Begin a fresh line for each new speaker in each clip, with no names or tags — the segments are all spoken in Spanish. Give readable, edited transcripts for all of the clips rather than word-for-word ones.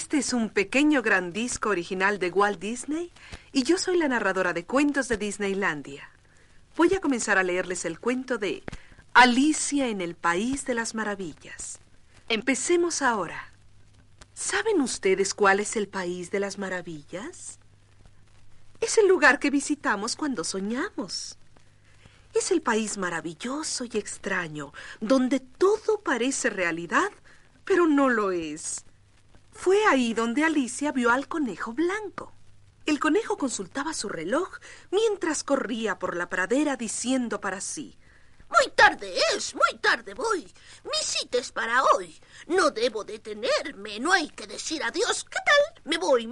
Este es un pequeño gran disco original de Walt Disney y yo soy la narradora de cuentos de Disneylandia. Voy a comenzar a leerles el cuento de Alicia en el País de las Maravillas. Empecemos ahora. ¿Saben ustedes cuál es el País de las Maravillas? Es el lugar que visitamos cuando soñamos. Es el país maravilloso y extraño, donde todo parece realidad, pero no lo es. Fue ahí donde Alicia vio al conejo blanco. El conejo consultaba su reloj mientras corría por la pradera diciendo para sí:
Muy tarde voy. Mi cita es para hoy. No debo detenerme, no hay que decir adiós. ¿Qué tal? Me voy.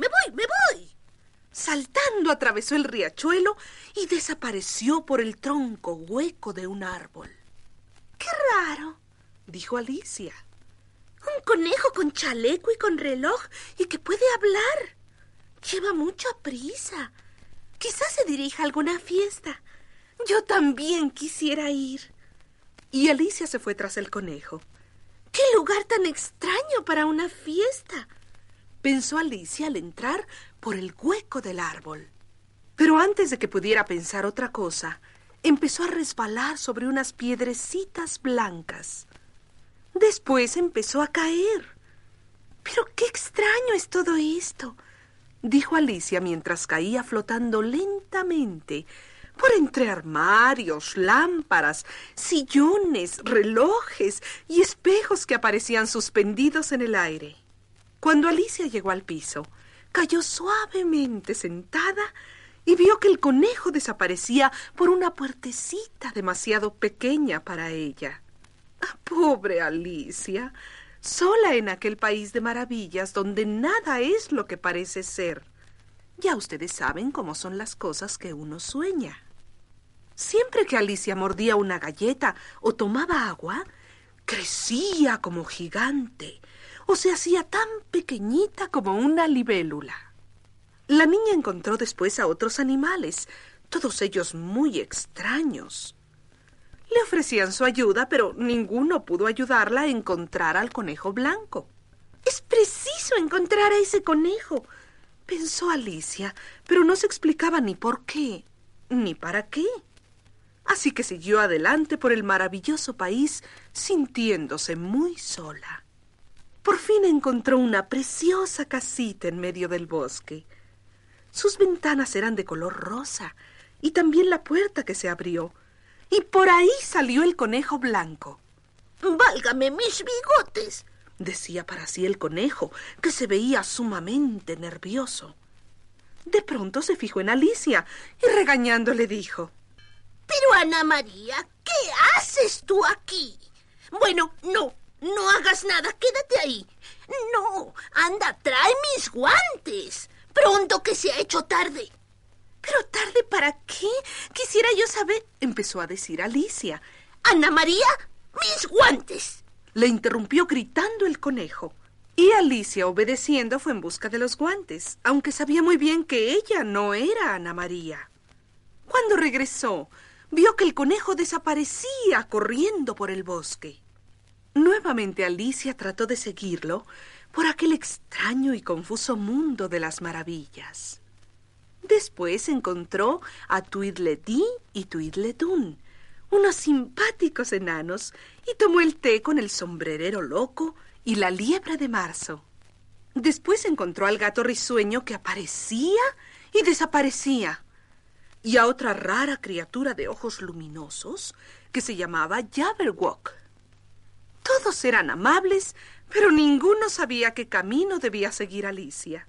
Saltando atravesó el riachuelo y desapareció por el tronco hueco de un árbol.
¡Qué raro!,
dijo Alicia.
Un conejo con chaleco y con reloj y que puede hablar. Lleva mucha prisa. Quizás se dirija a alguna fiesta. Yo también quisiera ir.
Y Alicia se fue tras el conejo.
¡Qué lugar tan extraño para una fiesta!,
pensó Alicia al entrar por el hueco del árbol. Pero antes de que pudiera pensar otra cosa, empezó a resbalar sobre unas piedrecitas blancas. Después empezó a caer.
«¡Pero qué extraño es todo esto!»,
dijo Alicia mientras caía flotando lentamente por entre armarios, lámparas, sillones, relojes y espejos que aparecían suspendidos en el aire. Cuando Alicia llegó al piso, cayó suavemente sentada y vio que el conejo desaparecía por una puertecita demasiado pequeña para ella. ¡Pobre Alicia! Sola en aquel país de maravillas donde nada es lo que parece ser. Ya ustedes saben cómo son las cosas que uno sueña. Siempre que Alicia mordía una galleta o tomaba agua, crecía como gigante o se hacía tan pequeñita como una libélula. La niña encontró después a otros animales, todos ellos muy extraños. Le ofrecían su ayuda, pero ninguno pudo ayudarla a encontrar al conejo blanco.
«Es preciso encontrar a ese conejo»,
pensó Alicia, pero no se explicaba ni por qué, ni para qué. Así que siguió adelante por el maravilloso país, sintiéndose muy sola. Por fin encontró una preciosa casita en medio del bosque. Sus ventanas eran de color rosa, y también la puerta que se abrió. Y por ahí salió el conejo blanco.
«¡Válgame mis bigotes!»,
decía para sí el conejo, que se veía sumamente nervioso. De pronto se fijó en Alicia y regañando le dijo:
«Pero Ana María, ¿qué haces tú aquí? Bueno, no hagas nada, quédate ahí. No, anda, trae mis guantes. Pronto que se ha hecho tarde».
«¿Pero tarde para qué? Quisiera yo saber», empezó a decir Alicia.
«Ana María, mis guantes»,
le interrumpió gritando el conejo. Y Alicia, obedeciendo, fue en busca de los guantes, aunque sabía muy bien que ella no era Ana María. Cuando regresó, vio que el conejo desaparecía corriendo por el bosque. Nuevamente Alicia trató de seguirlo por aquel extraño y confuso mundo de las maravillas. Después encontró a Tweedledee y Tweedledum, unos simpáticos enanos, y tomó el té con el sombrerero loco y la liebre de marzo. Después encontró al gato risueño que aparecía y desaparecía, y a otra rara criatura de ojos luminosos que se llamaba Jabberwock. Todos eran amables, pero ninguno sabía qué camino debía seguir Alicia.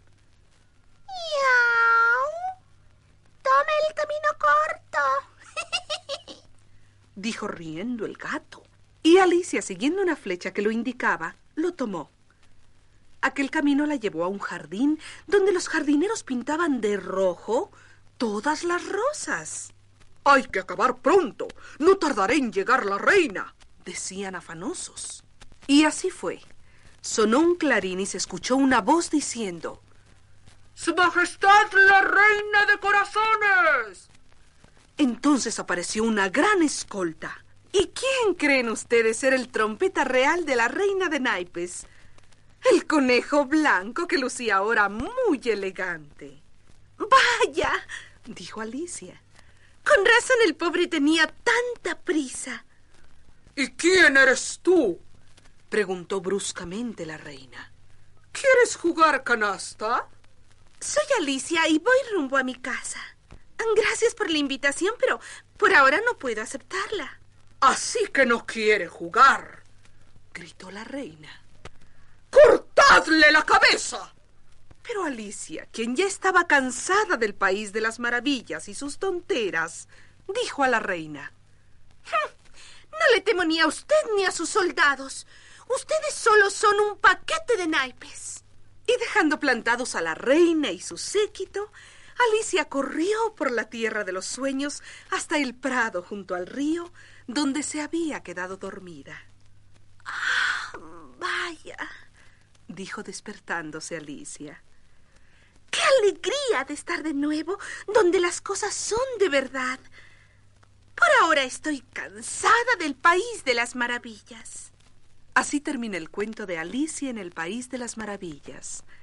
«¡Miau! Tome el camino corto»,
dijo riendo el gato. Y Alicia, siguiendo una flecha que lo indicaba, lo tomó. Aquel camino la llevó a un jardín donde los jardineros pintaban de rojo todas las rosas. «Hay que acabar pronto, no tardará en llegar la reina», decían afanosos. Y así fue. Sonó un clarín y se escuchó una voz diciendo: «¡Su Majestad la Reina de Corazones!». Entonces apareció una gran escolta. ¿Y quién creen ustedes ser el trompeta real de la reina de naipes? el conejo blanco que lucía ahora muy elegante. «Vaya», dijo Alicia, «con razón el pobre tenía tanta prisa».
¿Y quién eres tú?,
preguntó bruscamente la reina.
¿Quieres jugar canasta?
Soy Alicia y voy rumbo a mi casa. Gracias por la invitación, pero por ahora no puedo aceptarla.
Así que no quiere jugar,
gritó la reina.
¡Cortadle la cabeza!
Pero Alicia, quien ya estaba cansada del país de las maravillas y sus tonteras, dijo a la reina:
No le temo ni a usted ni a sus soldados. Ustedes solo son un paquete de naipes.
Y dejando plantados a la reina y su séquito, Alicia corrió por la tierra de los sueños hasta el prado junto al río, donde se había quedado dormida.
¡Ah, vaya!,
dijo despertándose Alicia.
¡Qué alegría de estar de nuevo donde las cosas son de verdad! Por ahora estoy cansada del país de las maravillas.
Así termina el cuento de Alicia en el País de las Maravillas.